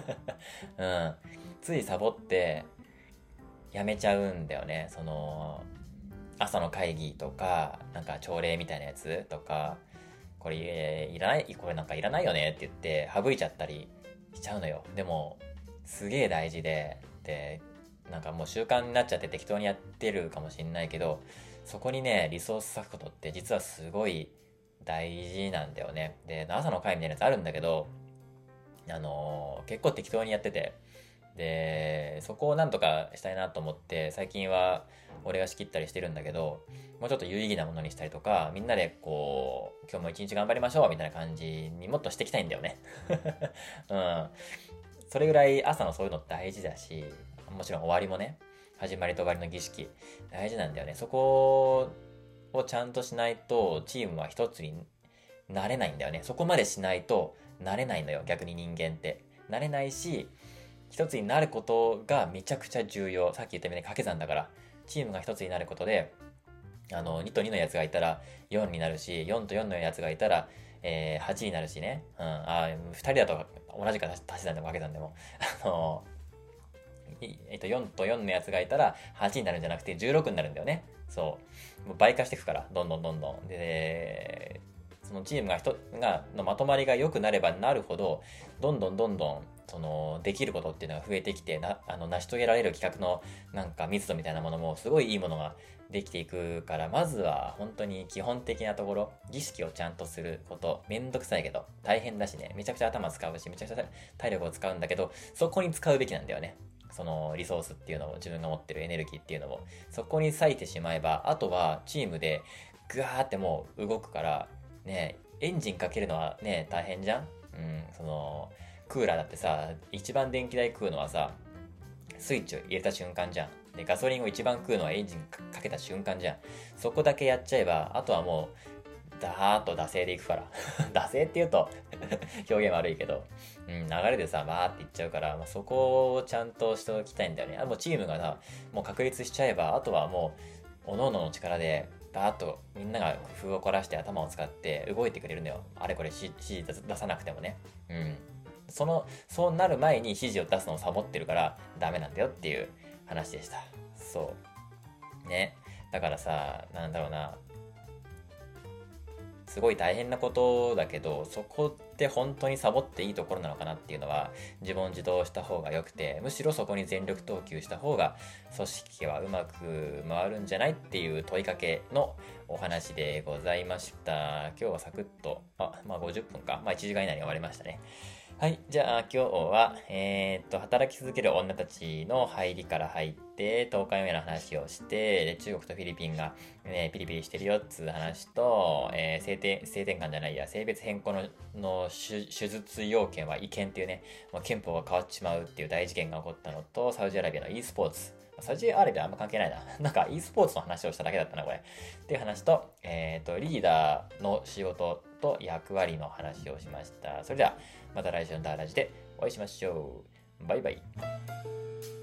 S2: ついサボってやめちゃうんだよね。その朝の会議とかなんか朝礼みたいなやつとか、これいらない、これなんかいらないよねって言って省いちゃったりしちゃうのよ。でもすげえ大事でなんかもう習慣になっちゃって適当にやってるかもしんないけど、そこにねリソース割くことって実はすごい大事なんだよね。で朝の会みたいなやつあるんだけど、結構適当にやってて、でそこをなんとかしたいなと思って最近は俺が仕切ったりしてるんだけど、もうちょっと有意義なものにしたりとか、みんなでこう今日も一日頑張りましょうみたいな感じにもっとしていきたいんだよねそれぐらい朝のそういうの大事だし、もちろん終わりもね、始まりと終わりの儀式大事なんだよね。そこをちゃんとしないとチームは一つになれないんだよね。そこまでしないとなれないのよ。逆に人間ってなれないし、一つになることがめちゃくちゃ重要。さっき言ったように掛け算だから、チームが一つになることで2と2のやつがいたら4になるし、4と4のやつがいたら、8になるしね。2人だと同じか足し算でも掛け算でも4と4のやつがいたら8になるんじゃなくて16になるんだよね。そう。もう倍化していくから、どんどんどんどん。で、そのチームのまとまりが良くなればなるほど、どんどんそのできることっていうのが増えてきて、成し遂げられる企画のなんか密度みたいなものもすごいいいものができていくから、まずは本当に基本的なところ、儀式をちゃんとすること、めんどくさいけど大変だしね、めちゃくちゃ頭使うし、めちゃくちゃ体力を使うんだけど、そこに使うべきなんだよね。そのリソースっていうのを、自分が持ってるエネルギーっていうのをそこに割いてしまえば、あとはチームでグワーってもう動くからね。エンジンかけるのはね大変じゃん。そのクーラーだってさ、一番電気代食うのはさ、スイッチを入れた瞬間じゃん。でガソリンを一番食うのはエンジンかけた瞬間じゃん。そこだけやっちゃえば、あとはもうダーッと惰性でいくから惰性って言うと表現悪いけど、流れでさバーっていっちゃうから、そこをちゃんとしておきたいんだよね。もうチームがさもう確立しちゃえば、あとはもう各々の力でバーッとみんなが工夫を凝らして頭を使って動いてくれるのよ。あれこれ指示出さなくてもね。そうなる前に指示を出すのをサボってるからダメなんだよっていう話でした。そうね。だからさ、なんだろうな、すごい大変なことだけど、そこって本当にサボっていいところなのかなっていうのは自問自答した方が良くて、むしろそこに全力投球した方が組織はうまく回るんじゃないっていう問いかけのお話でございました。今日はサクッと50分か、1時間以内に終わりましたね。はい。じゃあ今日は、働き続ける女たちの入りから入って、東海オンエアの話をして、で中国とフィリピンが、ピリピリしてるよっつう話と、性転換じゃないや、性別変更の手術要件は違憲っていうね、憲法が変わっちまうっていう大事件が起こったのと、サウジアラビアの e スポーツ。サウジアラビアあんま関係ないな。なんか e スポーツの話をしただけだったな、これ。っていう話と、リーダーの仕事と役割の話をしました。それでは、また来週のダーラジでお会いしましょう。バイバイ。